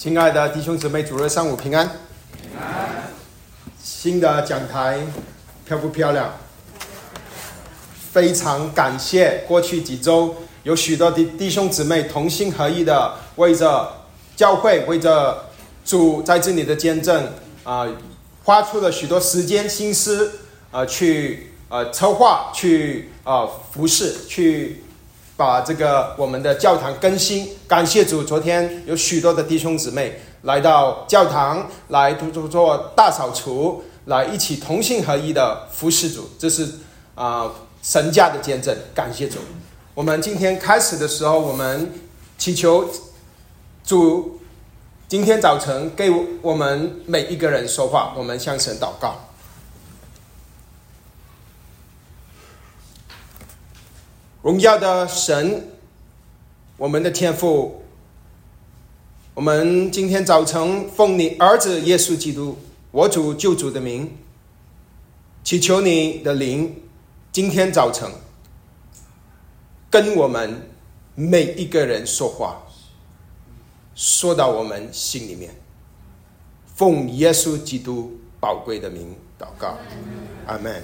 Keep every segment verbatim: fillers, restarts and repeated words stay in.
亲爱的弟兄姊妹，主日上午平安。 平安。 新的讲台漂不漂亮？非常感谢过去几周有许多的弟兄姊妹同心合意的为着教会、为着主在这里的见证啊、呃，花出了许多时间心思啊、呃，去呃策划、去啊、呃、服侍、去把这个我们的教堂更新。感谢主，昨天有许多的弟兄姊妹来到教堂来做做大扫除，来一起同心合一的服侍主，这是啊、呃、神家的见证。感谢主。我们今天开始的时候，我们祈求主今天早晨给我们每一个人说话，我们向神祷告。荣耀的神，我们的天父，我们今天早晨奉你儿子耶稣基督我主救主的名，祈求你的灵今天早晨跟我们每一个人说话，说到我们心里面。奉耶稣基督宝贵的名祷告，阿们。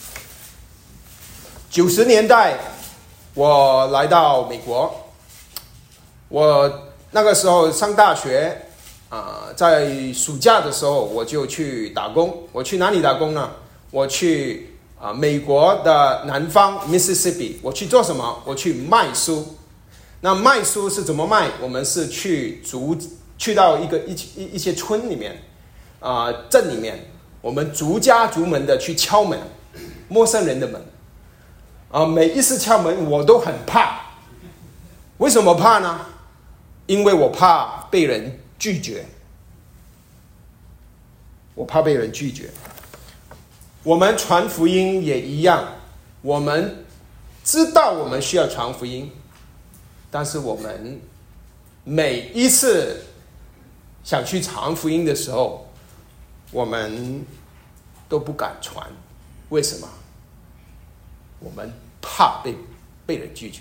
九十年代我来到美国，我那个时候上大学啊、呃，在暑假的时候我就去打工。我去哪里打工呢？我去啊、呃、美国的南方 Mississippi。我去做什么？我去卖书。那卖书是怎么卖？我们是去逐去到一个一一一些村里面啊、呃、镇里面，我们逐家逐门的去敲门，陌生人的门。啊、呃，每一次敲门我都很怕。为什么怕呢？因为我怕被人拒绝。我怕被人拒绝。我们传福音也一样，我们知道我们需要传福音，但是我们每一次想去传福音的时候，我们都不敢传。为什么？我们怕被被人拒绝。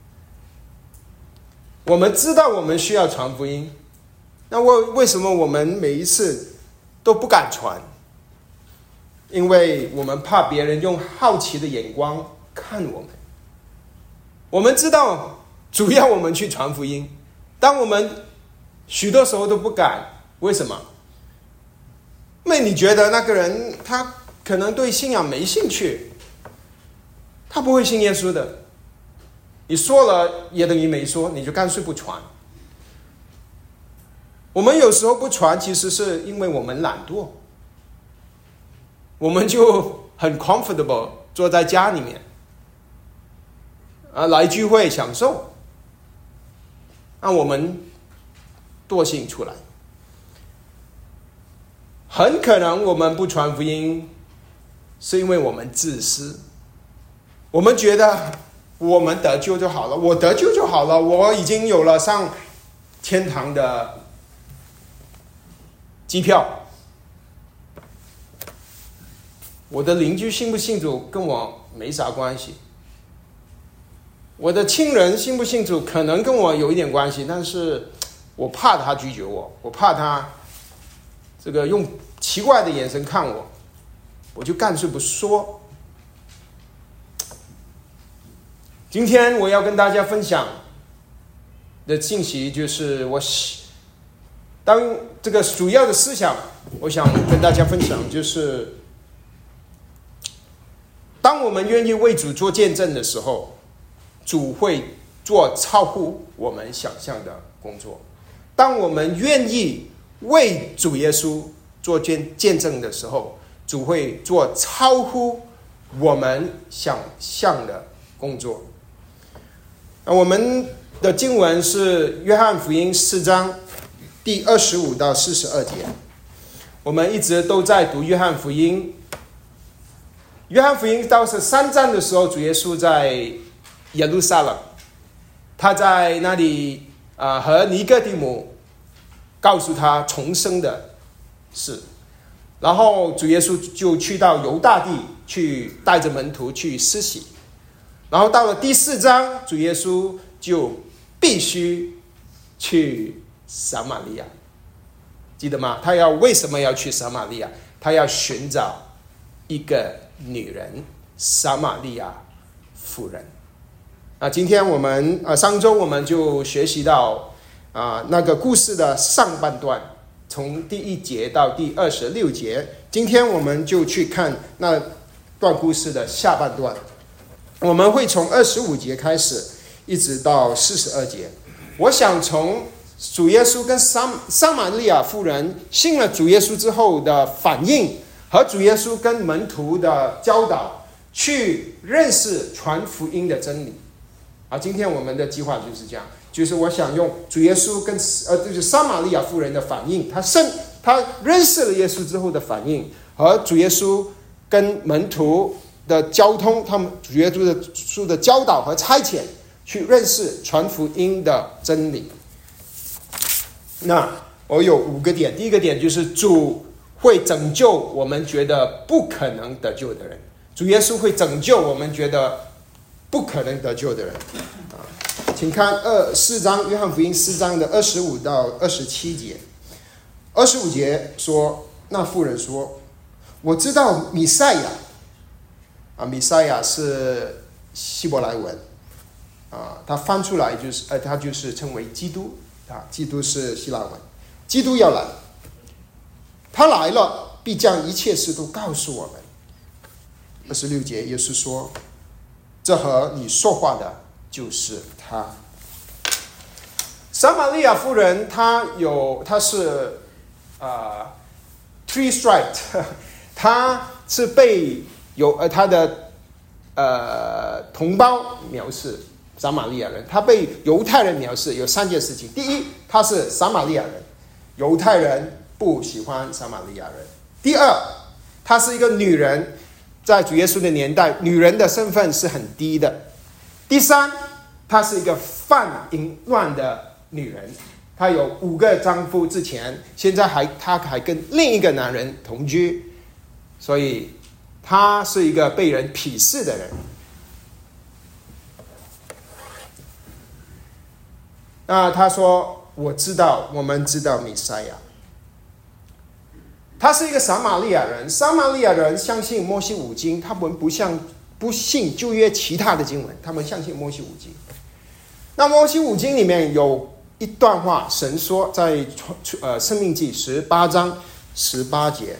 我们知道我们需要传福音，那为为什么我们每一次都不敢传？因为我们怕别人用好奇的眼光看我们。我们知道主要我们去传福音，但我们许多时候都不敢。为什么？因为你觉得那个人他可能对信仰没兴趣，他不会信耶稣的，你说了也等于没说，你就干脆不传。我们有时候不传，其实是因为我们懒惰，我们就很 comfortable 坐在家里面，啊，来聚会享受，让我们惰性出来。很可能我们不传福音，是因为我们自私。我们觉得我们得救就好了，我得救就好了，我已经有了上天堂的机票。我的邻居信不信主跟我没啥关系，我的亲人信不信主可能跟我有一点关系，但是我怕他拒绝我，我怕他这个用奇怪的眼神看我，我就干脆不说。今天我要跟大家分享的信息就是我当这个主要的思想，我想跟大家分享就是当我们愿意为主做见证的时候，主会做超乎我们想象的工作。当我们愿意为主耶稣做见见证的时候，主会做超乎我们想象的工作。那我们的经文是约翰福音四章第二十五到四十二节。我们一直都在读约翰福音。约翰福音到十三章的时候，主耶稣在耶路撒冷，他在那里、呃、和尼哥底母告诉他重生的事。然后主耶稣就去到犹大地，去带着门徒去施洗。然后到了第四章，主耶稣就必须去撒玛利亚。 记得吗？他要为什么要去撒玛利亚？他要寻找一个女人，撒玛利亚妇人。啊，今天我们啊，上周我们就学习到啊那个故事的上半段，从第一节到第二十六节。今天我们就去看那段故事的下半段，我们会从二十五节开始，一直到四十二节。我想从主耶稣跟撒撒玛利亚妇人信了主耶稣之后的反应，和主耶稣跟门徒的教导，去认识传福音的真理。啊，今天我们的计划就是这样，就是我想用主耶稣跟呃，就是撒玛利亚妇人的反应，他圣他认识了耶稣之后的反应，和主耶稣跟门徒的交通，他们主耶稣的书的教导和差遣，去认识传福音的真理。那我有五个点，第一个点就是主会拯救我们觉得不可能得救的人，主耶稣会拯救我们觉得不可能得救的人。啊，请看二四章约翰福音四章的二十五到二十七节。二十五节说，那妇人说：“我知道弥赛亚。”啊，弥赛亚是希伯来文，啊，它翻出来就是呃，它就是称为基督。啊，基督是希腊文，基督要来，他来了，必将一切事都告诉我们。二十六节，耶稣说：“这和你说话的就是他。”撒玛利亚妇人，她有，她是呃 three striped， 她是被有呃她的呃同胞藐视。撒玛利亚人，他被犹太人藐视，有三件事情。第一，他是撒玛利亚人，犹太人不喜欢撒玛利亚人。第二，她是一个女人，在主耶稣的年代，女人的身份是很低的。第三，她是一个犯淫乱的女人，她有五个丈夫之前，现在还她还跟另一个男人同居，所以她是一个被人鄙视的人。那他说：“我知道，我们知道弥赛亚。”他是一个撒玛利亚人，撒玛利亚人相信摩西五经，他们不像不信旧约其他的经文，他们相信摩西五经。那摩西五经里面有一段话，神说在呃申命记十八章十八节，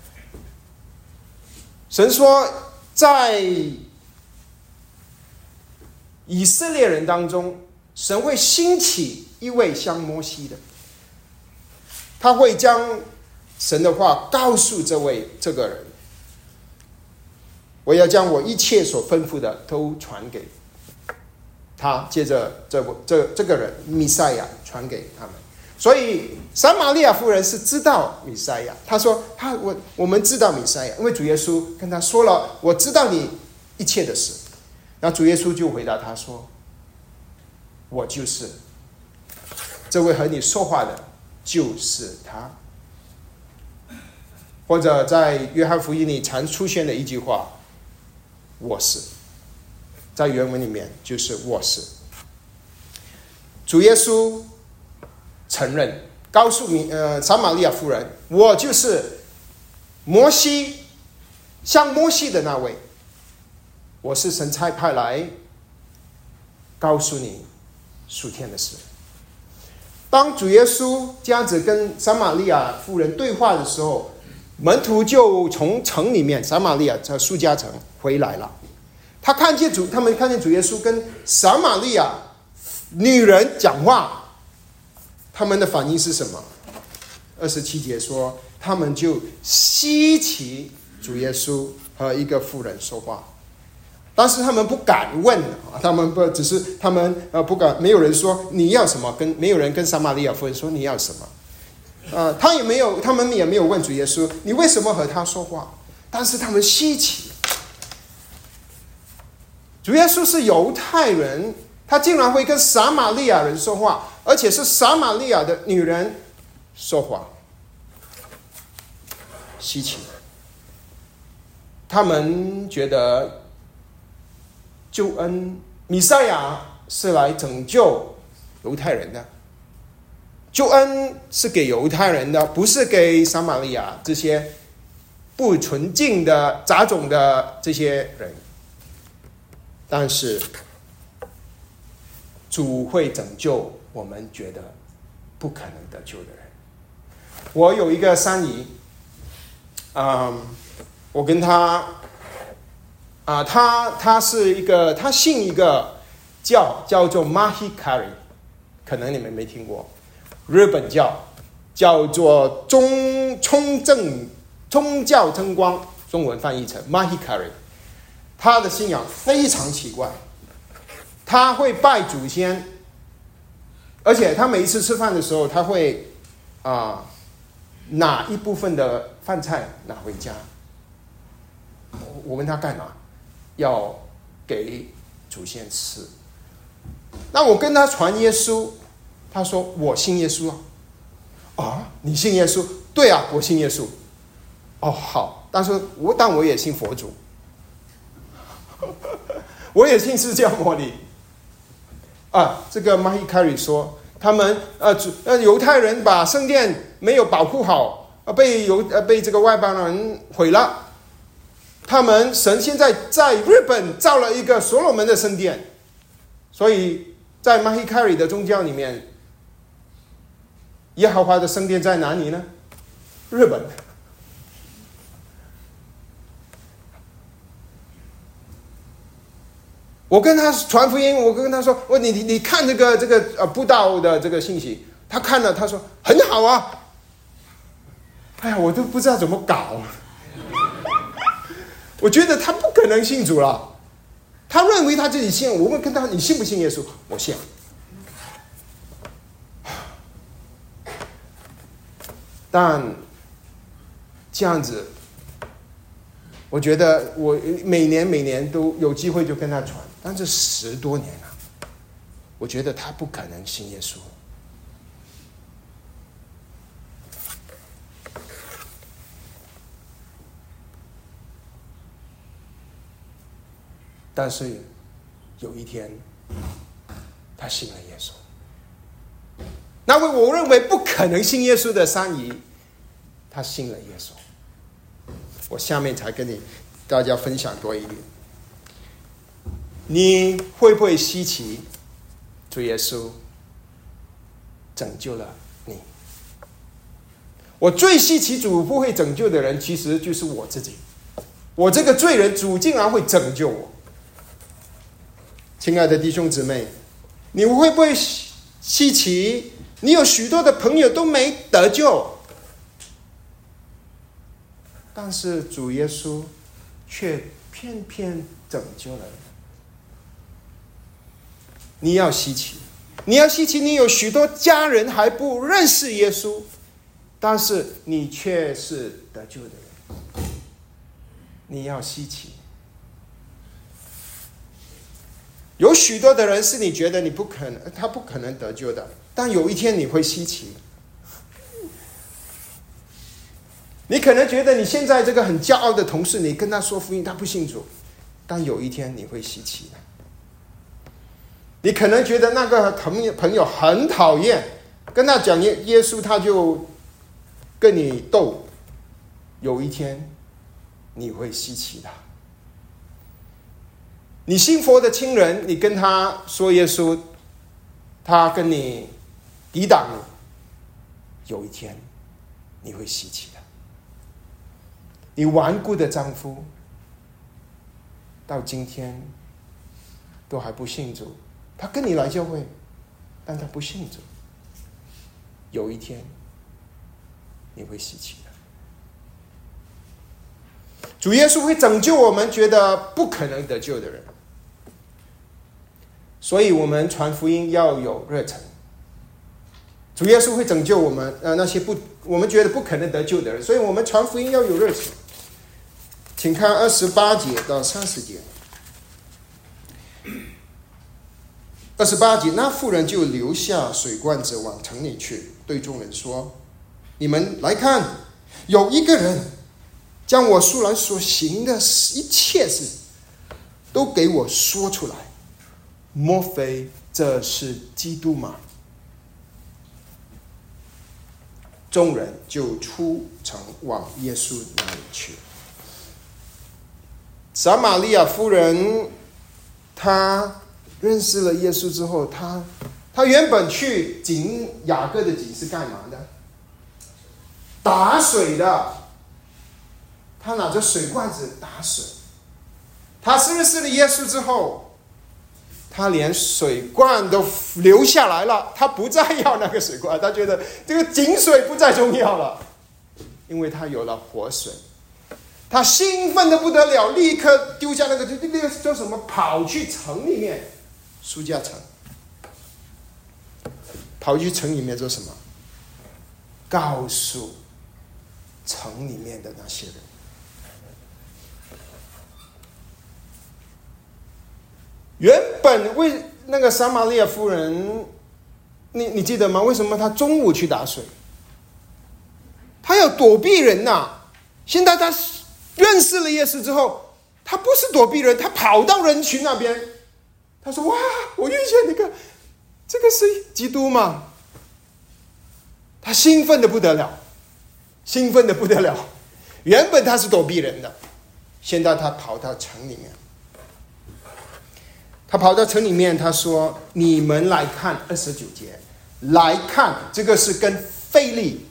神说在以色列人当中，神会兴起一位像摩西的，他会将神的话告诉这位这个人。我要将我一切所吩咐的都传给他，接着这这这个人弥赛亚传给他们。所以撒玛利亚妇人是知道弥赛亚，他说他我我们知道弥赛亚，因为主耶稣跟他说了，我知道你一切的事。那主耶稣就回答他说：“我就是，这位和你说话的就是他。”或者在约翰福音里常出现的一句话：“我是。”在原文里面就是“我是”。主耶稣承认，告诉你呃撒玛利亚妇人：“我就是摩西，像摩西的那位，我是神差派来告诉你属天的事。”当主耶稣这样子跟撒玛利亚妇人对话的时候，门徒就从城里面撒玛利亚在苏加城回来了。他看见主，他们看见主耶稣跟撒玛利亚女人讲话，他们的反应是什么？二十七节说，他们就稀奇主耶稣和一个妇人说话。但是他们不敢问，他们不只是他们呃不敢，没有人说你要什么，跟没有人跟撒玛利亚妇人说你要什么，呃，他也没有，他们也没有问主耶稣你为什么和他说话，但是他们稀奇，主耶稣是犹太人，他竟然会跟撒玛利亚人说话，而且是撒玛利亚的女人说话，稀奇。他们觉得救恩弥赛亚是来拯救犹太人的， 救恩是给犹太人的，不是给撒玛利亚这些不纯净的杂种的这些人。但是主会拯救我们觉得不可能得救的人。我有一个三姨，嗯，我跟他啊，他他是一个，他信一个教叫做 Mahikari， 可能你们没听过，日本教叫做中冲正宗教真光，中文翻译成 Mahikari。他的信仰非常奇怪，他会拜祖先，而且他每一次吃饭的时候，他会啊、呃、拿一部分的饭菜拿回家。我问他干嘛？要给祖先吃。那我跟他传耶稣，他说我信耶稣啊。啊，你信耶稣？对啊，我信耶稣。哦，好，但是我但我也信佛祖。我也信释迦牟尼啊。这个马希卡里说，他们呃呃犹太人把圣殿没有保护好，呃被犹呃被这个外邦人毁了。他们神现在在日本造了一个所罗门的圣殿，所以在马希卡里的宗教里面，耶和华的圣殿在哪里呢？日本。我跟他传福音，我跟他说：“我你你你看这个这个呃布道的这个信息。”他看了，他说：“很好啊。”哎呀，我都不知道怎么搞。我觉得他不可能信主了。他认为他自己信，我问跟他：“你信不信耶稣？”我信。但这样子，我觉得我每年每年都有机会就跟他传。但这十多年了，我觉得他不可能信耶稣。但是有一天，他信了耶稣。那位我认为不可能信耶稣的三姨，他信了耶稣。我下面才跟你大家分享多一点。你会不会稀奇主耶稣拯救了你？我最稀奇主不会拯救的人，其实就是我自己。我这个罪人，主竟然会拯救我。亲爱的弟兄姊妹，你会不会稀奇？你有许多的朋友都没得救，但是主耶稣却偏偏拯救了你。你要稀奇，你要稀奇，你有许多家人还不认识耶稣，但是你却是得救的人。你要稀奇。有许多的人是你觉得你不可能，他不可能得救的，但有一天你会稀奇。你可能觉得你现在这个很骄傲的同事，你跟他说福音，他不信主，但有一天你会稀奇的。你可能觉得那个朋友朋友很讨厌，跟他讲耶耶稣，他就跟你斗，有一天你会稀奇的。你信佛的亲人，你跟他说耶稣，他跟你抵挡你，有一天你会稀奇的。你顽固的丈夫，到今天都还不信主，他跟你来教会，但他不信主，有一天你会稀奇的。主耶稣会拯救我们觉得不可能得救的人，所以我们传福音要有热忱。主耶稣会拯救我们呃那些不我们觉得不可能得救的人，所以我们传福音要有热忱。请看二十八节到三十节。二十八节，那妇人就留下水罐子往城里去，对众人说：“你们来看，有一个人将我素来所行的一切事都给我说出来，莫非这是基督吗？” 众人就出城往耶稣那里去。撒玛利亚妇人，她认识了耶稣之后，她她原本去井雅各的井是干嘛的？打水的。她拿着水罐子打水。她认识了耶稣之后，她连水罐都留下来了，她不再要那个水罐，她觉得这个井水不再重要了，因为她有了活水。他兴奋的不得了，立刻丢下那个那个叫什么，跑去城里面，书架城，跑去城里面做什么？告诉城里面的那些人。原本为那个撒玛利亚妇人，你你记得吗？为什么她中午去打水？她要躲避人呐、啊。现在她认识了耶稣之后，他不是躲避人，他跑到人群那边，他说：“哇，我遇见那个，这个是基督吗？”他兴奋的不得了，兴奋的不得了。原本他是躲避人的，现在他跑到城里面，他跑到城里面，他说：“你们来看二十九节，来看，这个是跟腓利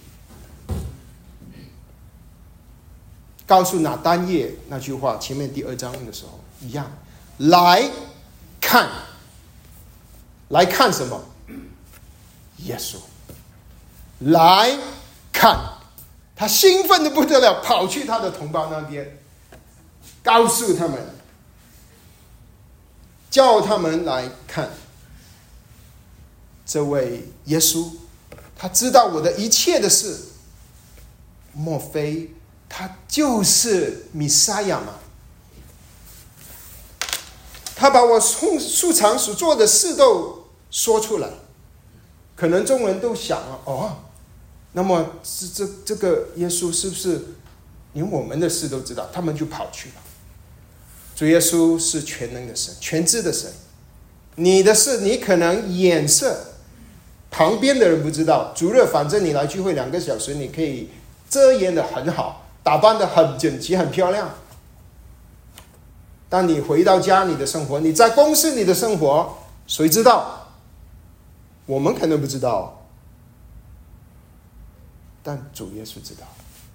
告诉拿单叶那句话，前面第二章的时候一样，来看，来看什么？耶稣，来看，他兴奋的不得了，跑去他的同胞那边，告诉他们，叫他们来看这位耶稣，他知道我的一切的事，莫非他就是弥赛亚吗？他把我素常所做的事都说出来，可能众人都想了，哦，那么这这这个耶稣是不是连我们的事都知道？他们就跑去了。主耶稣是全能的神，全知的神，你的事你可能眼色旁边的人不知道，主日反正你来聚会两个小时，你可以遮掩得很好，打扮得很整齐很漂亮，当你回到家你的生活，你在公司你的生活，谁知道？我们可能不知道，但主耶稣知道，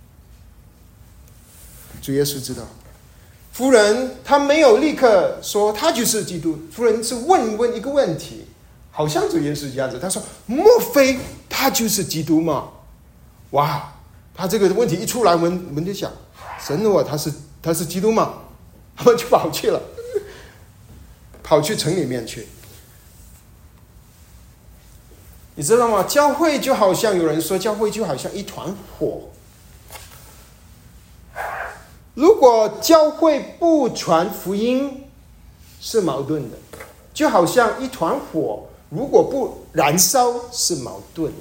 主耶稣知道。夫人她没有立刻说他就是基督，夫人是问问一个问题，好像主耶稣这样子，他说：“莫非他就是基督吗？”哇！他这个问题一出来，我们我们就想，神的我，他是他是基督吗？他们就跑去了，跑去城里面去。你知道吗？教会就好像有人说，教会就好像一团火。如果教会不传福音，是矛盾的；就好像一团火，如果不燃烧，是矛盾的。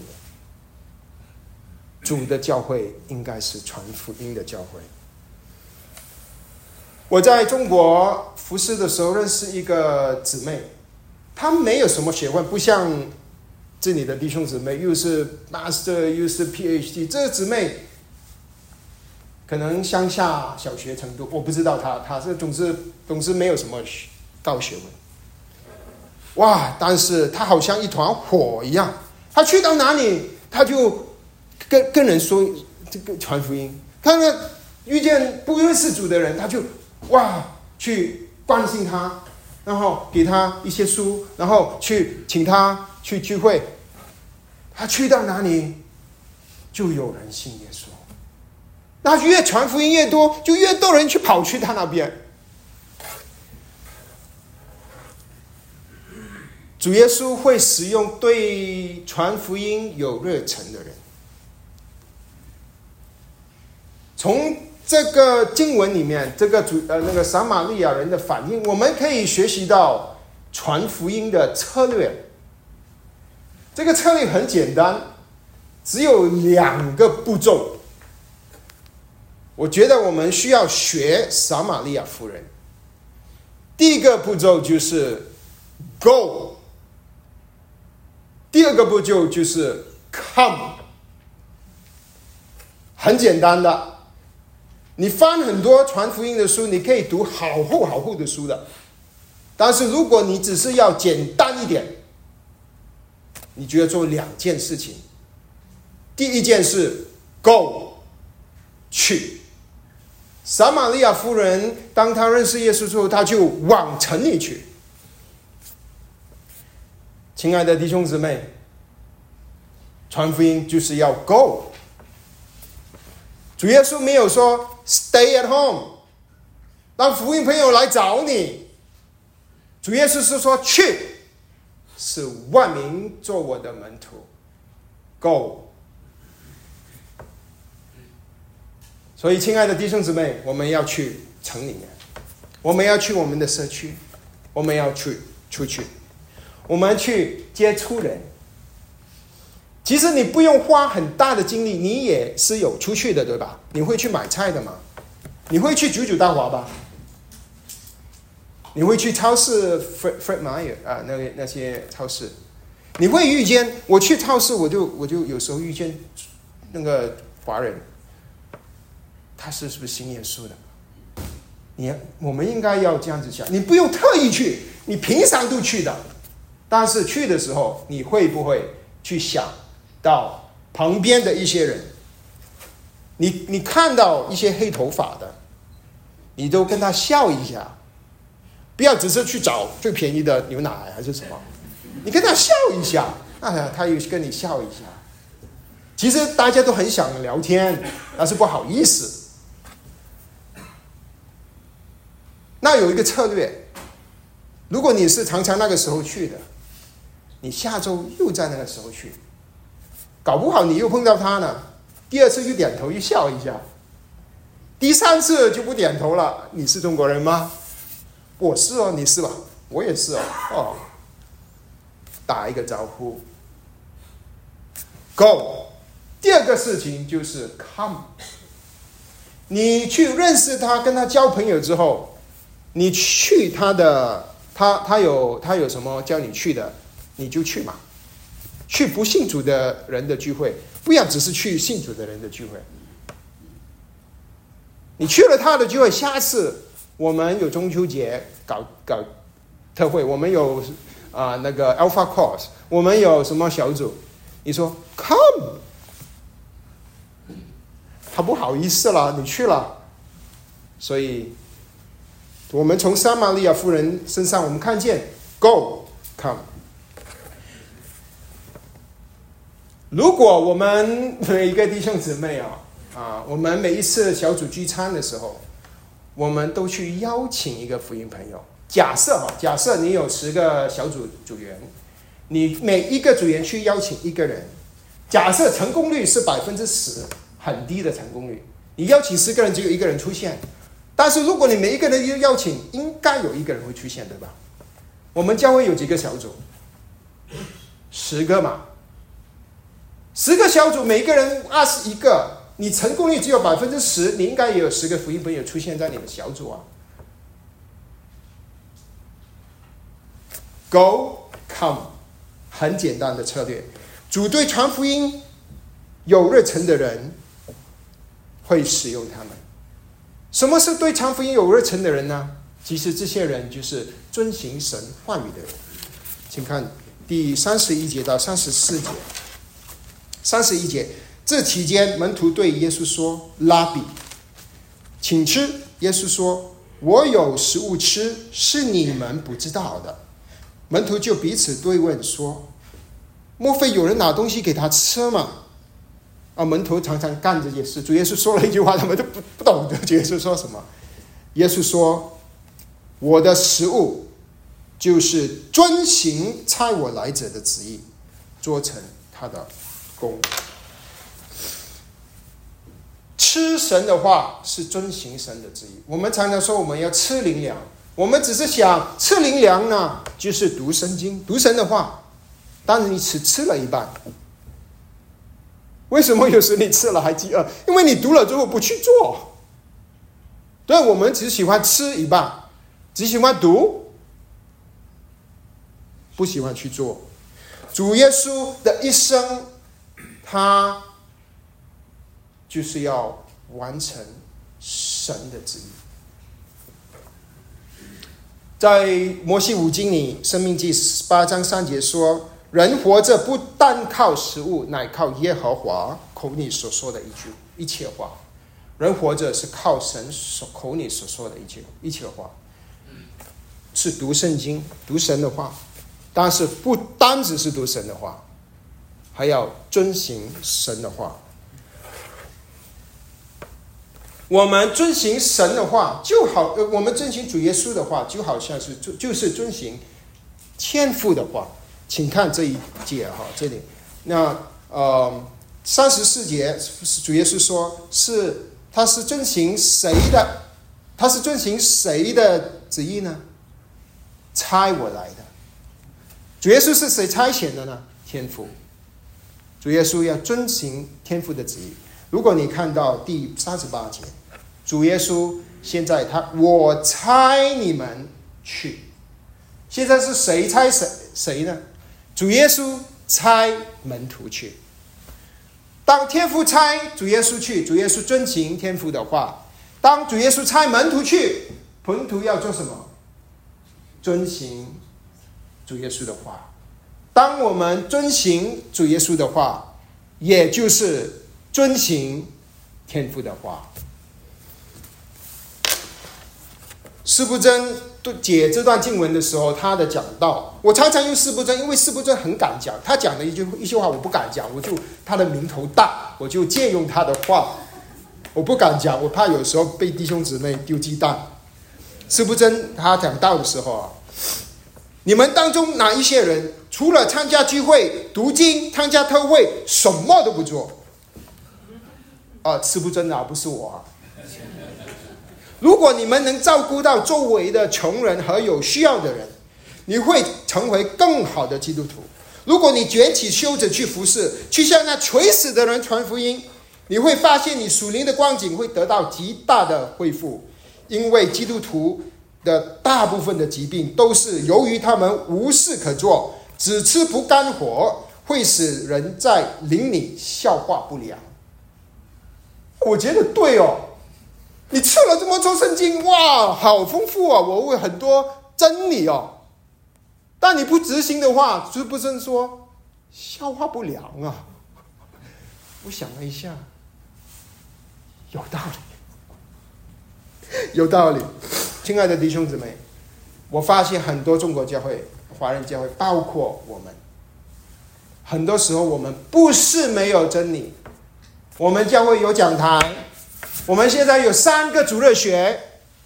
主的教会应该是传福音的教会。我在中国服侍的时候认识一个姊妹，她没有什么学问，不像这里的弟兄姊妹，又是 Master 又是 P H D， 这个姊妹可能乡下小学程度，我不知道她，她是总之总之没有什么高学问。哇！但是她好像一团火一样，她去到哪里，她就跟跟人说这个传福音，看到遇见不认识主的人，他就哇去关心他，然后给他一些书，然后去请他去聚会。他去到哪里，就有人信耶稣。那越传福音越多，就越多人去跑去他那边。主耶稣会使用对传福音有热忱的人。从这个经文里面，这个主呃那个撒玛利亚人的反应，我们可以学习到传福音的策略。这个策略很简单，只有两个步骤。我觉得我们需要学撒玛利亚妇人。第一个步骤就是 go， 第二个步骤就是 come。 很简单的。你翻很多传福音的书，你可以读好厚好厚的书的。但是如果你只是要简单一点，你就要做两件事情。第一件事 ，Go， 去。撒玛利亚妇人当她认识耶稣之后，她就往城里去。亲爱的弟兄姊妹，传福音就是要 Go。主耶稣没有说 Stay at home， 让福音朋友来找你。主耶稣是说去，使万民做我的门徒。Go。所以，亲爱的弟兄姊妹，我们要去城里面，我们要去我们的社区，我们要去出去，我们去接触人。其实你不用花很大的精力，你也是有出去的，对吧？你会去买菜的吗？你会去九九大华吧？你会去超市 Fred Fred Meyer 啊，那个那些超市，你会遇见我去超市，我就我就有时候遇见那个华人。他是是不是信耶稣的？你我们应该要这样子想，你不用特意去，你平常都去的，但是去的时候，你会不会去想到旁边的一些人？你你看到一些黑头发的，你都跟他笑一下，不要只是去找最便宜的牛奶还是什么，你跟他笑一下，那他又跟你笑一下。其实大家都很想聊天，但是不好意思。那有一个策略，如果你是常常那个时候去的，你下周又在那个时候去，搞不好你又碰到他呢，第二次就点头又笑一下，第三次就不点头了。你是中国人吗？我是哦，你是吧？我也是哦。哦，打一个招呼 ，Go。第二个事情就是 Come。你去认识他，跟他交朋友之后。你去他的，他他有他有什么叫你去的，你就去嘛。去不信主的人的聚会，不要只是去信主的人的聚会。你去了他的聚会，下次我们有中秋节搞搞特会，我们有啊、呃、那个 Alpha Course， 我们有什么小组？你说 Come， 他不好意思了，你去了，所以。我们从撒玛利亚妇人身上，我们看见 Go Come。如果我们每一个弟兄姊妹啊啊，我们每一次小组聚餐的时候，我们都去邀请一个福音朋友。假设哈，假设你有十个小组组员，你每一个组员去邀请一个人，假设成功率是百分之十，很低的成功率，你邀请十个人，只有一个人出现。但是如果你每一个人邀请，应该有一个人会出现，对吧？我们教会有几个小组？十个嘛。十个小组，每一个人二十一个，你成功率只有百分之十，你应该也有十个福音朋友出现在你的小组啊。Go Come， 很简单的策略。主对传福音有热忱的人会使用他们。什么是对传福音有热忱的人呢？其实这些人就是遵行神话语的人。请看第三十一节到三十四节。三十一节，这期间门徒对耶稣说：“拉比，请吃。”耶稣说：“我有食物吃，是你们不知道的。”门徒就彼此对问说：“莫非有人拿东西给他吃吗？”啊，门徒常常干这件事。主耶稣说了一句话，他们都不不懂得主耶稣说什么。耶稣说：“我的食物就是遵行差我来者的旨意，做成他的功。”吃神的话是遵行神的旨意。我们常常说我们要吃灵粮，我们只是想吃灵粮呢，就是读圣经、读神的话，但是你只吃了一半。为什么有时你吃了还饥饿？因为你读了之后不去做。对，我们只喜欢吃一半，只喜欢读，不喜欢去做。主耶稣的一生，他就是要完成神的旨意。在摩西五经里，申命记十八章三节说，人活着不单靠食物，乃靠耶和华口里所说的一句一切话。人活着是靠神所口里所说的一切一切话，是读圣经，读神的话，但是不单只是读神的话，还要遵行神的话。我们遵行神的话，就好，我们遵行主耶稣的话，就好像是就是遵行天父的话。请看这一节哈，这里，那呃三十四节，主耶稣说是他是遵行谁的？他是遵行谁的旨意呢？差我来的。主耶稣是谁差遣的呢？天父。主耶稣要遵行天父的旨意。如果你看到第三十八节，主耶稣现在他我差你们去，现在是谁差谁谁呢？主耶稣差门徒去。当天父差主耶稣去，主耶稣遵行天父的话。当主耶稣差门徒去，门徒要做什么？遵行主耶稣的话。当我们遵行主耶稣的话，也就是遵行天父的话。司布真解这段经文的时候，他的讲道，我常常用司布真，因为司布真很敢讲，他讲的一句一句话我不敢讲，我就他的名头大，我就借用他的话，我不敢讲，我怕有时候被弟兄姊妹丢鸡蛋。司布真他讲道的时候啊，你们当中哪一些人除了参加聚会、读经、参加特会，什么都不做？啊，司布真啊，不是我啊。如果你们能照顾到周围的穷人和有需要的人，你会成为更好的基督徒。如果你卷起袖子去服侍，去向那垂死的人传福音，你会发现你属灵的光景会得到极大的恢复。因为基督徒的大部分的疾病都是由于他们无事可做，只吃不干活，会使人在灵里消化不良。我觉得对哦，你吃了这么多圣经，哇，好丰富啊！我有很多真理哦，但你不执行的话，是不是说消化不良啊？我想了一下，有道理，有道理。亲爱的弟兄姊妹，我发现很多中国教会、华人教会，包括我们，很多时候我们不是没有真理，我们教会有讲台。我们现在有三个主日学，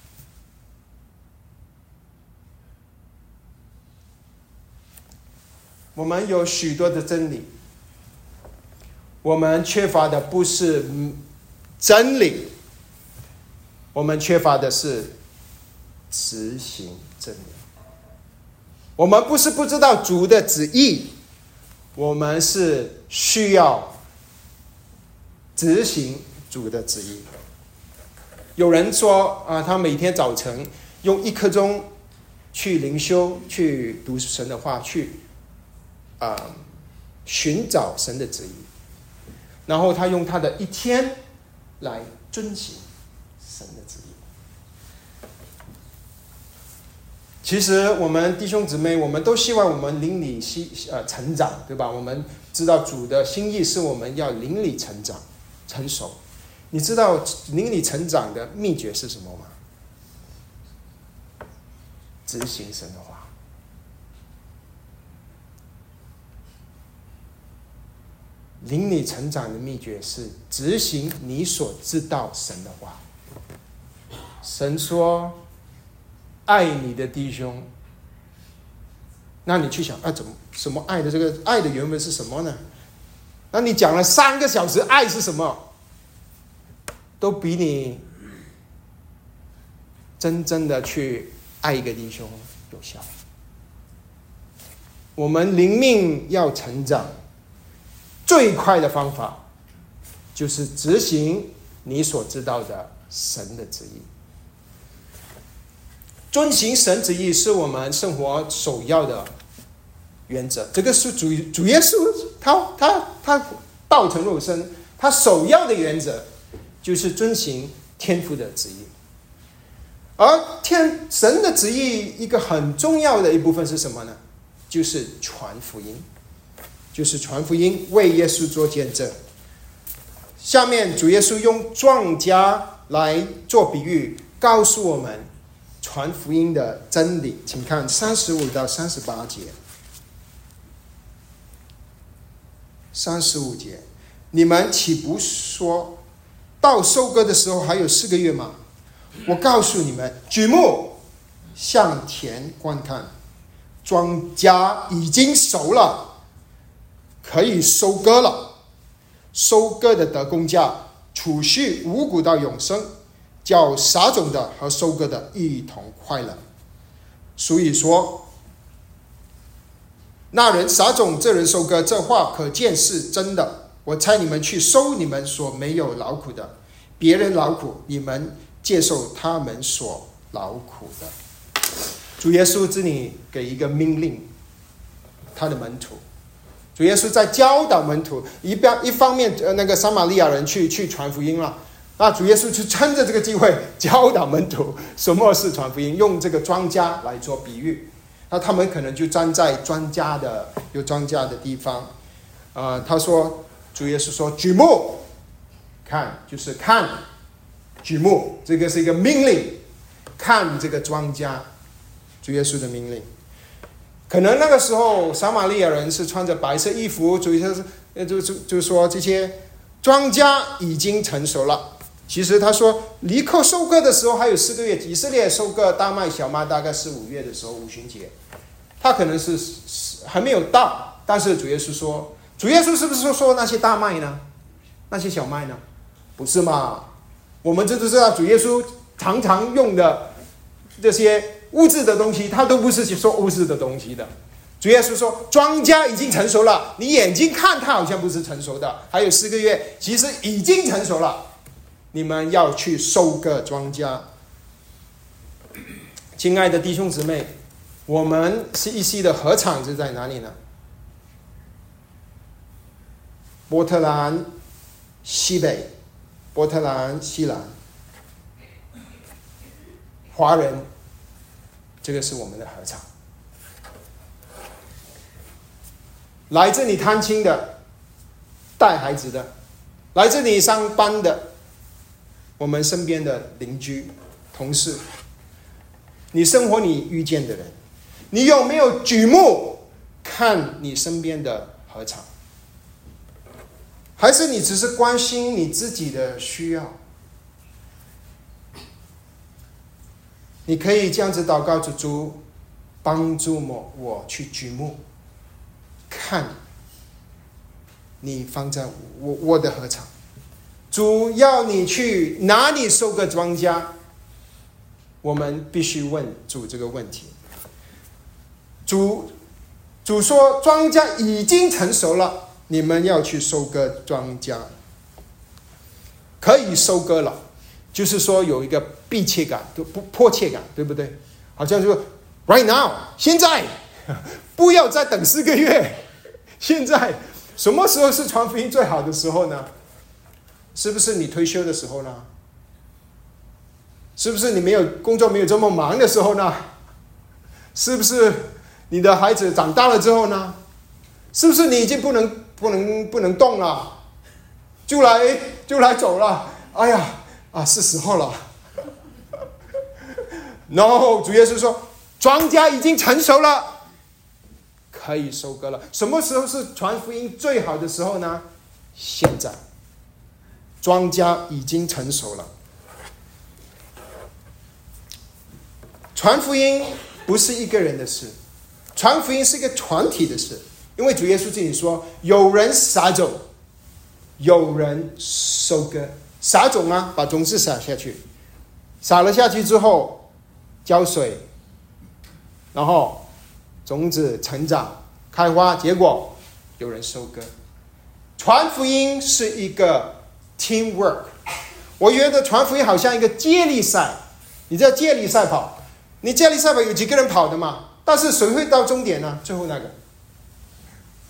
我们有许多的真理，我们缺乏的不是真理，我们缺乏的是执行真理。我们不是不知道主的旨意，我们是需要执行主的旨意。有人说啊，他每天早晨用一刻钟去灵修，去读神的话，去啊、呃、寻找神的旨意，然后他用他的一天来遵行神的旨意。其实我们弟兄姊妹，我们都希望我们灵里呃成长，对吧？我们知道主的心意是我们要灵里成长、成熟。你知道灵里成长的秘诀是什么吗？执行神的话。灵里成长的秘诀是执行你所知道神的话。神说爱你的弟兄，那你去想啊，怎么什么爱的这个爱的原文是什么呢？那你讲了三个小时，爱是什么？都比你真正的去爱一个弟兄有效。我们灵命要成长，最快的方法就是执行你所知道的神的旨意。遵行神旨意是我们生活首要的原则。这个是主主耶稣他他他道成肉身，他首要的原则就是遵行天父的旨意。而天神的旨意一个很重要的一部分是什么呢？就是传福音，就是传福音，为耶稣做见证。下面主耶稣用庄稼来做比喻，告诉我们传福音的真理。请看三十五到三十八节。三十五节，你们岂不说到收割的时候还有四个月吗？我告诉你们，举目向田观看，庄稼已经熟了，可以收割了。收割的得工价，储蓄五谷到永生，叫撒种的和收割的一同快乐。所以说，那人撒种，这人收割，这话可见是真的。我差你们去收你们所没有劳苦的，别人劳苦，你们接受他们所劳苦的。主耶稣这里给一个命令，他的门徒。主耶稣在教导门徒，一边一方面，呃，那个撒玛利亚人去去传福音了，那主耶稣就趁着这个机会教导门徒什么是传福音，用这个庄稼来做比喻。那他们可能就站在庄稼的有庄稼的地方，呃，他说，主耶稣说，举目看，就是看，举目，这个是一个命令，看这个庄稼，主耶稣的命令。可能那个时候撒玛利亚人是穿着白色衣服，主耶稣就就就说这些庄稼已经成熟了。其实他说离扣收割的时候还有四个月，以色列收割大麦小麦大概是五月的时候，五旬节，他可能是还没有到，但是主耶稣说，主耶稣是不是说那些大麦呢？那些小麦呢？不是嘛？我们这都知道主耶稣常常用的这些物质的东西，他都不是说物质的东西的。主耶稣说庄稼已经成熟了，你眼睛看它好像不是成熟的，还有四个月，其实已经成熟了，你们要去收割庄稼。亲爱的弟兄姊妹，我们 C E C 的禾场是在哪里呢？波特兰西北，波特兰西南，华人，这个是我们的禾场。来这里探亲的，带孩子的，来这里上班的，我们身边的邻居、同事，你生活你遇见的人，你有没有举目看你身边的禾场？还是你只是关心你自己的需要？你可以这样子祷告，主主帮助我，我去举目看你放在我我的禾场。主要你去哪里收割庄稼？我们必须问主这个问题。主主说庄稼已经成熟了，你们要去收割庄稼，可以收割了，就是说有一个迫切感，不迫切感，对不对？好像说 right now， 现在，不要再等四个月。现在什么时候是传福音最好的时候呢？是不是你退休的时候呢？是不是你没有工作没有这么忙的时候呢？是不是你的孩子长大了之后呢？是不是你已经不能不能不能动了，就来就来走了？哎呀啊，是时候了。然后主耶稣说，庄稼已经成熟了，可以收割了。什么时候是传福音最好的时候呢？现在，庄稼已经成熟了。传福音不是一个人的事，传福音是一个团体的事。因为主耶稣自己说，有人撒种，有人收割。撒种啊，把种子撒下去，撒了下去之后浇水，然后种子成长开花结果，有人收割。传福音是一个 teamwork。 我觉得传福音好像一个接力赛。你知道接力赛跑，你接力赛跑有几个人跑的嘛？但是谁会到终点呢？最后那个。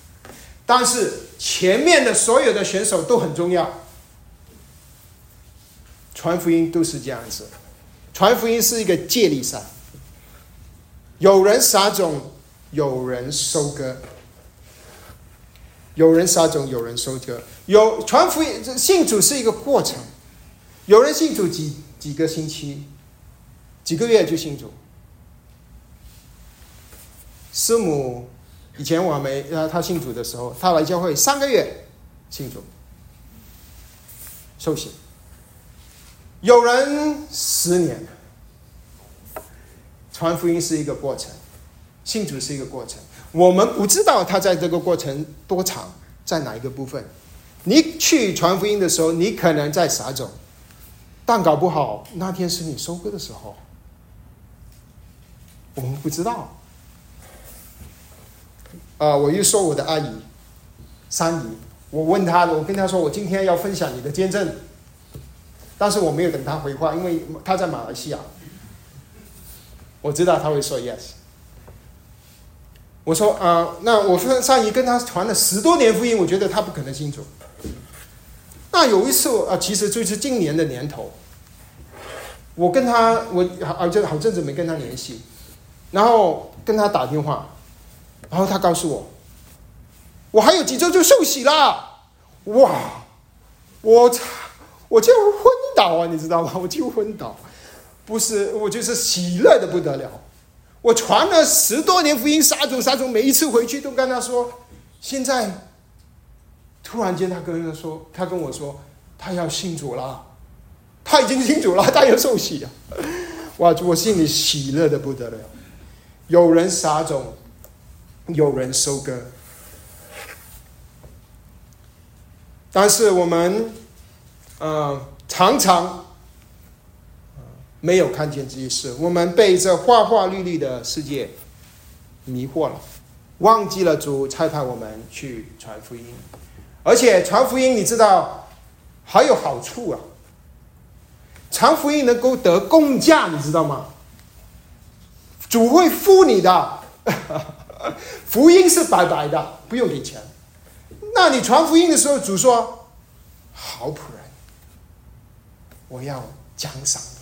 但是前面的所有的选手都很重要。 传福音都是这样子，传福音是一个接力赛，有人撒种，有人收割，有人撒种，有人收割。有传福音信主是一个过程，有人信主几几个星期、几个月就信主。师母以前我没他信主的时候，他来教会三个月信主受洗。有人十年，传福音是一个过程，信主是一个过程。我们不知道他在这个过程多长，在哪一个部分。你去传福音的时候，你可能在撒种，但搞不好那天是你收割的时候，我们不知道。呃，我又说我的阿姨三姨，我问她，我跟她说我今天要分享你的见证，但是我没有等她回话，因为她在马来西亚，我知道她会说 yes。我说啊、呃，那我上姨跟她传了十多年福音，我觉得她不可能信主。那有一次啊、呃，其实就是今年的年头，我跟她，我好像好阵子没跟她联系，然后跟她打电话，然后她告诉我，我还有几周就受洗了，哇，我我就昏倒啊，你知道吗？我就昏倒，不是，我就是喜乐的不得了。我传了十多年福音，撒种撒种，每一次回去都跟他说，现在突然间他跟他说，他跟我说，他要信主了，他已经信主了，他要受洗了，哇！我心里喜乐的不得了。有人撒种，有人收割，但是我们呃常常没有看见这些事，我们被这花花绿绿的世界迷惑了，忘记了主差派我们去传福音。而且传福音你知道还有好处啊，传福音能够得工价，你知道吗？主会付你的福音是白白的，不用给钱。那你传福音的时候，主说好仆人，我要奖赏你。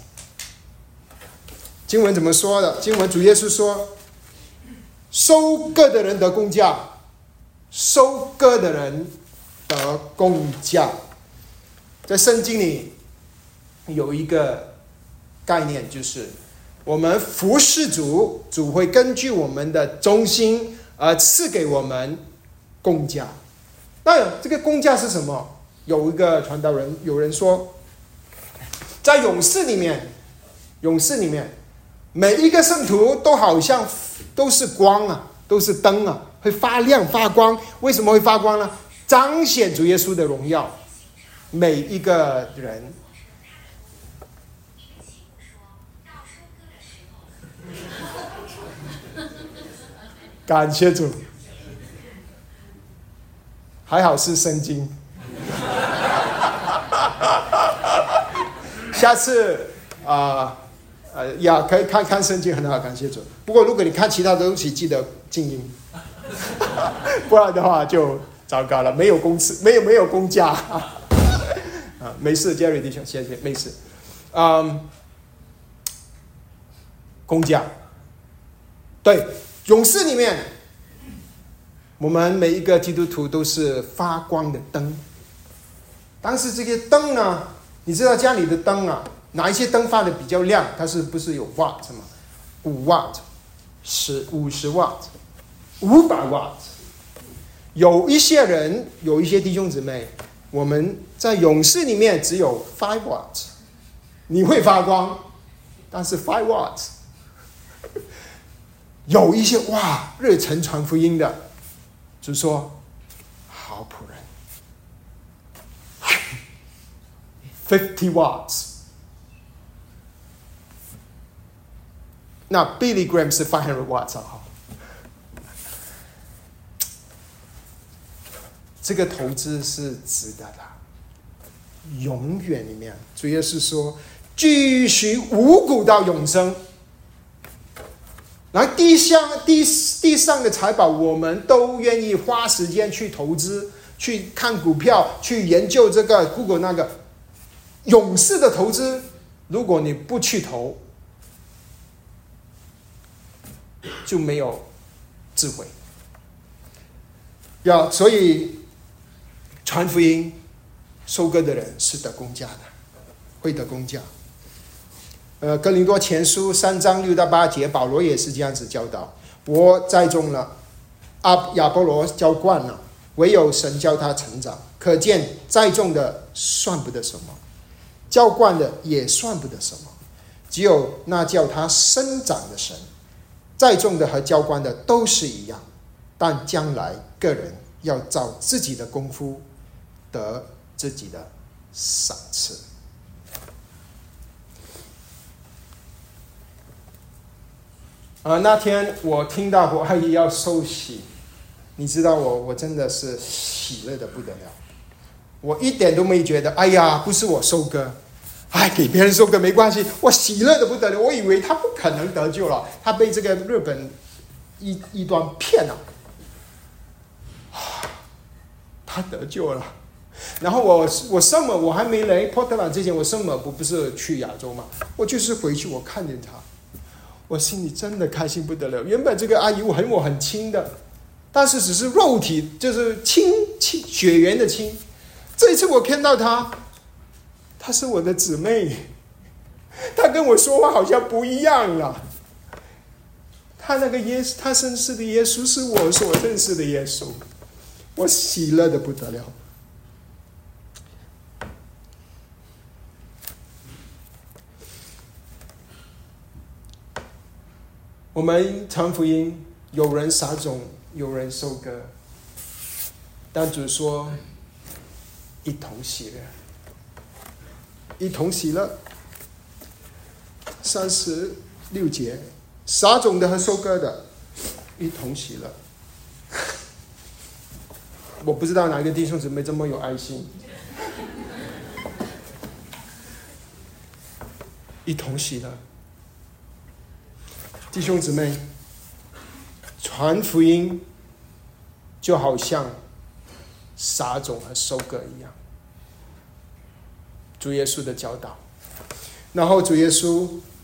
经文怎么说的？经文主耶稣说，收割的人得工价，收割的人得工价。在圣经里有一个概念，就是我们服侍主，主会根据我们的忠心而赐给我们工价。那这个工价是什么？有一个传道人，有人说，在勇士里面，勇士里面每一个圣徒都好像都是光啊，都是灯啊，会发亮发光。为什么会发光呢？彰显主耶稣的荣耀。每一个人，感谢主，还好是圣经。下次啊。呃呃，呀，可以看看圣经很好，感谢主。不过如果你看其他的东西，记得静音，不然的话就糟糕了，没有工资，没有没有工价啊。没事 ，Jerry 弟兄，谢谢，没事。嗯，工价，对，勇士里面，我们每一个基督徒都是发光的灯。但是这些灯呢，你知道家里的灯啊？哪一些灯发的比较亮？它是不是有 watt 吗？五 watt、十五十 watt、五百 watt。有一些人，有一些弟兄姊妹，我们在勇士里面只有 five watt， 你会发光，但是 five watt。有一些哇，热忱传福音的，就说好仆人 ，fifty watts。那 Billy Graham 是five hundred watts 啊，这个投资是值得的，永远里面，主耶稣说，继续五谷到永生。然后地上地地上的财宝，我们都愿意花时间去投资，去看股票，去研究这个 Google 那个， 勇士的投资，如果你不去投，就没有智慧。要所以传福音、收割的人是得工价的，会得工价。呃，哥林多前书三章六到八节，保罗也是这样子教导：我栽种了，阿亚波罗浇灌了，唯有神教他成长。可见栽种的算不得什么，浇灌的也算不得什么，只有那叫他生长的神。栽种的和浇灌的都是一样，但将来个人要照自己的功夫得自己的赏赐。啊，那天我听到我阿姨要受洗，你知道我我真的是喜乐的不得了，我一点都没觉得，哎呀，不是我收割，哎，给别人收割没关系，我喜乐的不得了。我以为他不可能得救了，他被这个日本异异端骗了，他得救了。然后我我圣母我还没来波特兰之前，我圣母不不是去亚洲嘛，我就是回去我看见他，我心里真的开心不得了。原本这个阿姨我很我很亲的，但是只是肉体，就是亲亲血缘的亲。这一次我看到她，她是我的姊妹，她跟我说话好像不一样了。她那个耶稣，她认识的耶稣是我所认识的耶稣，我喜乐的不得了。我们传福音，有人撒种，有人收割，但主说一同喜乐，一同喜乐。三十六节，撒种的和收割的一同喜乐。我不知道哪一个弟兄姊妹这么有爱心，一同喜乐。弟兄姊妹，传福音就好像撒种和收割一样，主耶稣的教导。然后主耶稣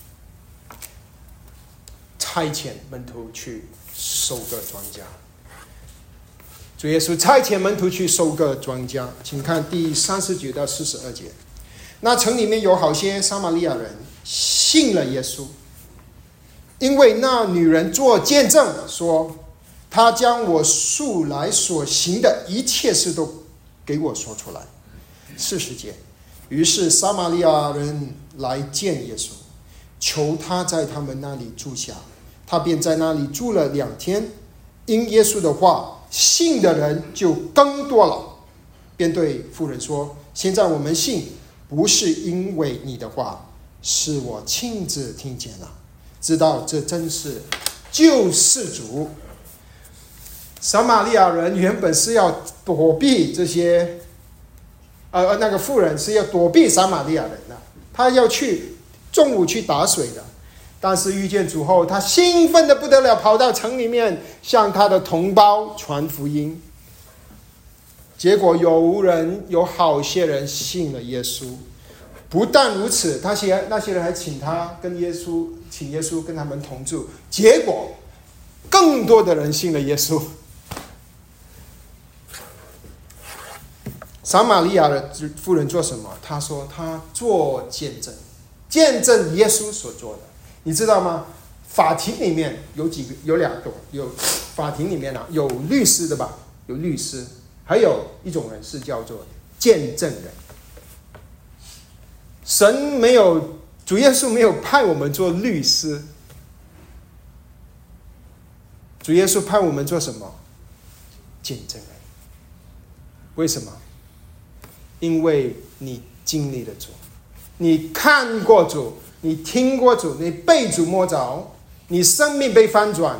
差遣门徒去收割庄稼，主耶稣差遣门徒去收割庄稼。请看第三十九到四十二节。那城里面有好些撒玛利亚人信了耶稣，因为那女人做见证说，她将我素来所行的一切事都给我说出来。四十节，于是撒玛利亚人来见耶稣，求他在他们那里住下，他便在那里住了两天。因耶稣的话，信的人就更多了，便对妇人说，现在我们信，不是因为你的话，是我亲自听见了，知道这真是救世主。撒玛利亚人原本是要躲避这些，呃，那个妇人是要躲避撒玛利亚人的，他要去中午去打水的，但是遇见主后，他兴奋的不得了，跑到城里面向他的同胞传福音。结果有人有好些人信了耶稣，不但如此，那些那些人还请他跟耶稣，请耶稣跟他们同住。结果更多的人信了耶稣。撒玛利亚的妇人做什么？她说她做见证，见证耶稣所做的。你知道吗？法庭里面有几个，有两种，有法庭里面啊有律师的吧，有律师，还有一种人是叫做见证人。神没有，主耶稣没有派我们做律师，主耶稣派我们做什么？见证人。为什么？因为你经历了主，你看过主，你听过主，你被主摸着，你生命被翻转。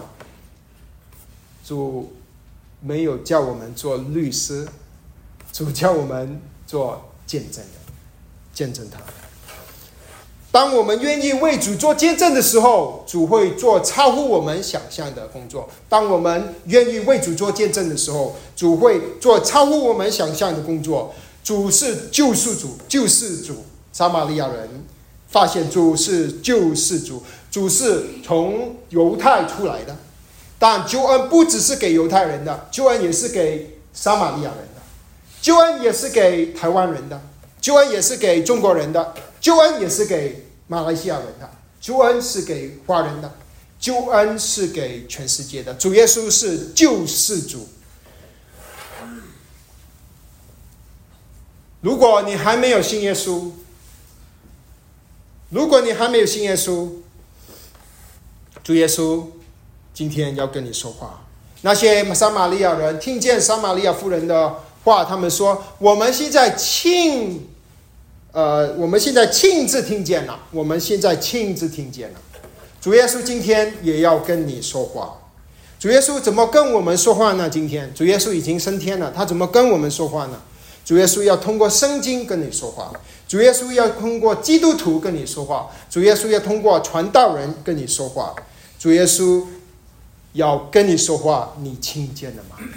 主没有叫我们做律师，主叫我们做见证人，见证他。当我们愿意为主做见证的时候，主会做超乎我们想象的工作。当我们愿意为主做见证的时候，主会做超乎我们想象的工作。主是救赎主，救世主， 撒玛利亚人发现主是救世主，主是从犹太出来的，但救恩不只是给犹太人的，救恩也是给撒玛利亚人的，救恩也是给台湾人的，救恩也是给中国人的，救恩也是给马来西亚人的，救恩是给华人的，救恩是给全世界的。主耶稣是救世主。如果你还没有信耶稣，如果你还没有信耶稣，主耶稣今天要跟你说话。那些撒玛利亚人听见撒玛利亚妇人的话，他们说：“我们现在亲，呃，我们现在亲自听见了，我们现在亲自听见了。”主耶稣今天也要跟你说话。主耶稣怎么跟我们说话呢？今天主耶稣已经升天了，他怎么跟我们说话呢？主耶稣要通过圣经跟你说话，主耶稣要通过基督徒跟你说话，主耶稣要通过传道人跟你说话，主耶稣要跟你说话，你听见了吗？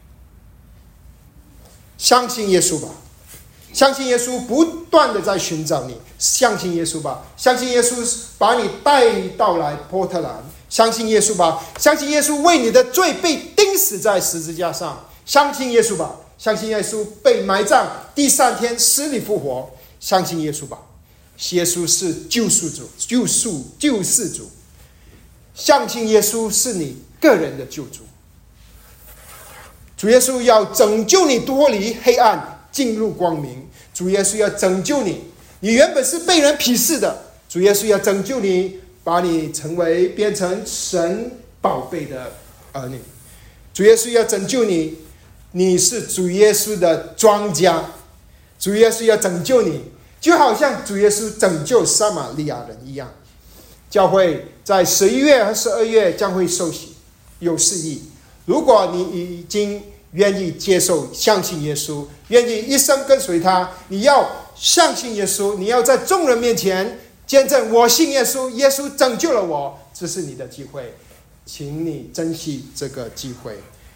相信耶稣吧，相信耶稣不断的在寻找你，相信耶稣吧，相信耶稣把你带到来波特兰，相信耶稣吧，相信耶稣为你的罪被钉死在十字架上，相信耶稣吧，相信耶稣被埋葬，第三天死里复活，相信耶稣吧，耶稣是救赎主，救赎救世主，相信耶稣是你个人的救主。主耶稣要拯救你脱离黑暗进入光明，主耶稣要拯救你，你原本是被人鄙视的，主耶稣要拯救你，把你成为变成神宝贝的儿女。主耶稣要拯救你，你是主耶稣的庄稼，主耶稣要拯救你，就好像主耶稣拯救撒玛利亚人一样。教会在十一月和十二月将会受洗，有示意。如果你已经愿意接受相信耶稣，愿意一生跟随他，你要相信耶稣，你要在众人面前见证我信耶稣，耶稣拯救了我，这是你的机会，请你珍惜这个机会。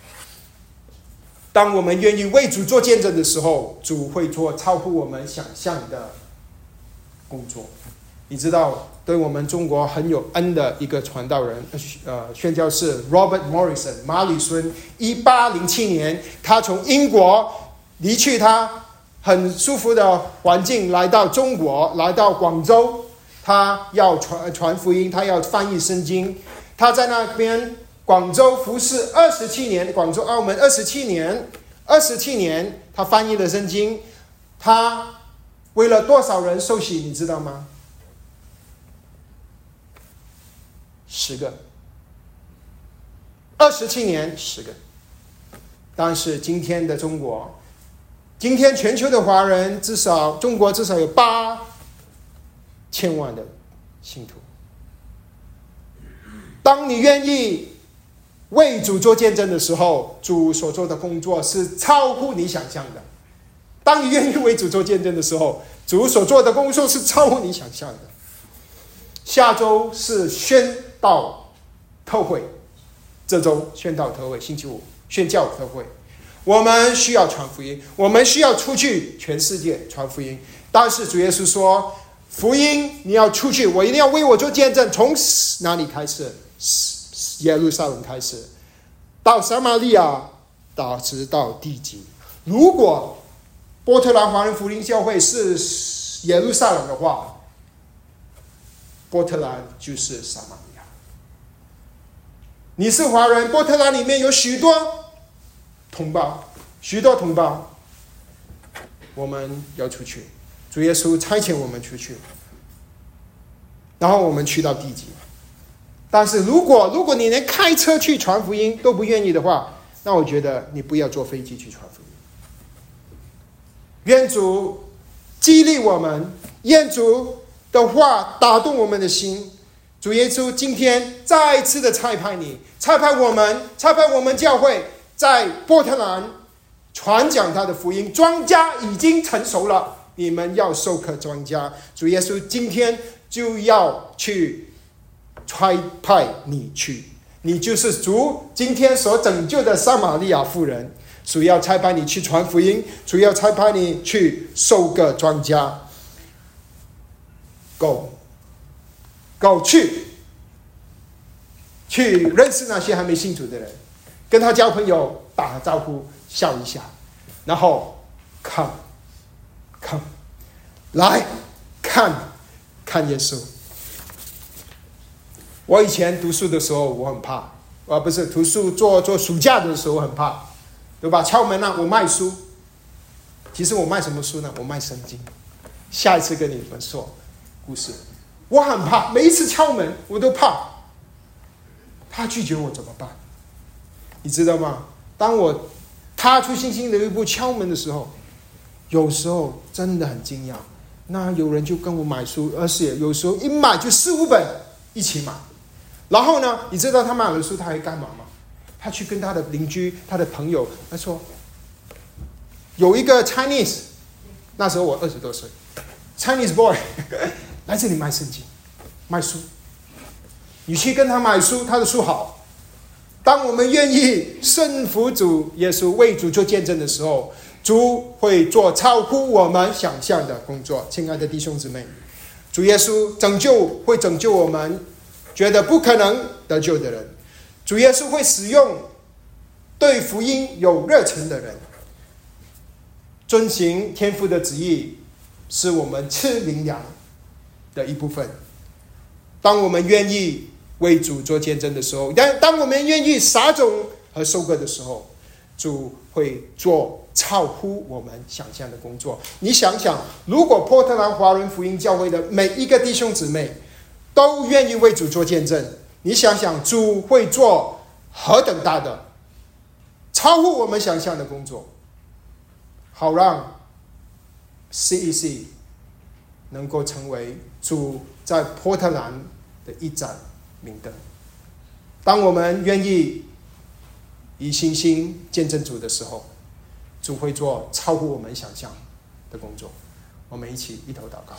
当我们愿意为主做见证的时候，主会做超乎我们想象的工作。你知道对我们中国很有恩的一个传道人，呃，宣教士 Robert Morrison 马里孙，一八零七年，他从英国离去他很舒服的环境，来到中国，来到广州，他要传传福音，他要翻译圣经，他在那边广州服侍二十七年，广州澳门二十七年，二十七年，他翻译了圣经，他为了多少人受洗，你知道吗？十个，二十七年，十个。但是今天的中国，今天全球的华人至少，中国至少有八千万的信徒。当你愿意为主做见证的时候，主所做的工作是超乎你想象的。当你愿意为主做见证的时候，主所做的工作是超乎你想象的。下周是宣道特会，这周宣道特会，星期五宣教特会。我们需要传福音，我们需要出去全世界传福音。但是主耶稣说，福音你要出去，我一定要为我做见证。从哪里开始？耶路撒冷开始，到撒玛利亚，到直到地极。如果波特兰华人福音教会是耶路撒冷的话，波特兰就是撒玛利亚。你是华人，波特兰里面有许多同胞，许多同胞，我们要出去。主耶稣差遣我们出去，然后我们去到地极。但是如果如果你连开车去传福音都不愿意的话，那我觉得你不要坐飞机去传福音。愿主激励我们，愿主的话打动我们的心。主耶稣今天再次的差派你，差派我们，差派我们教会在波特兰传讲他的福音。庄稼已经成熟了，你们要收割庄稼。主耶稣今天就要去差派你去，你就是主今天所拯救的撒玛利亚妇人。主要差派你去传福音，主要差派你去收割庄稼。 ，Go Go 去去认识那些还没信主的人，跟他交朋友，打个招呼，笑一下，然后 Come Come 来看看耶稣。我以前读书的时候我很怕，啊不是读书做做暑假的时候很怕，对吧？敲门啊，我卖书。其实我卖什么书呢？我卖圣经。下一次跟你们说故事。我很怕，每一次敲门我都怕，他拒绝我怎么办？你知道吗？当我踏出信心的一步敲门的时候，有时候真的很惊讶，那有人就跟我买书，而且有时候一买就四五本一起买。然后呢，你知道他买了书他还干嘛吗？他去跟他的邻居、他的朋友，他说有一个 Chinese， 那时候我二十多岁 ，Chinese boy 来这里卖圣经、卖书。你去跟他买书，他的书好。当我们愿意顺服主耶稣，为主做见证的时候，主会做超乎我们想象的工作。亲爱的弟兄姊妹，主耶稣拯救会拯救我们觉得不可能得救的人，主耶稣会使用对福音有热忱的人。遵行天父的旨意是我们吃灵粮的一部分。当我们愿意为主做见证的时候，当当我们愿意撒种和收割的时候，主会做超乎我们想象的工作。你想想，如果波特兰华人福音教会的每一个弟兄姊妹都愿意为主做见证，你想想主会做何等大的超乎我们想象的工作，好让 C E C 能够成为主在波特兰的一盏明灯。当我们愿意以信心见证主的时候，主会做超乎我们想象的工作。我们一起一头祷告。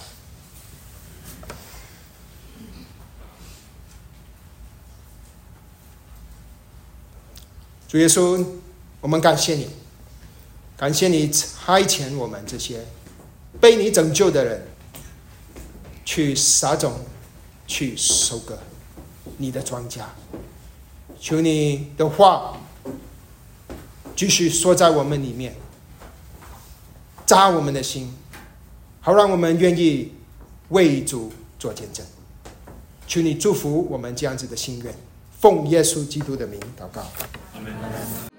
主耶稣，我们感谢你，感谢你差遣我们这些被你拯救的人去撒种，去收割你的庄稼。求你的话继续说在我们里面，扎我们的心，好让我们愿意为主做见证。求你祝福我们这样子的心愿，奉耶稣基督的名祷告。Amen.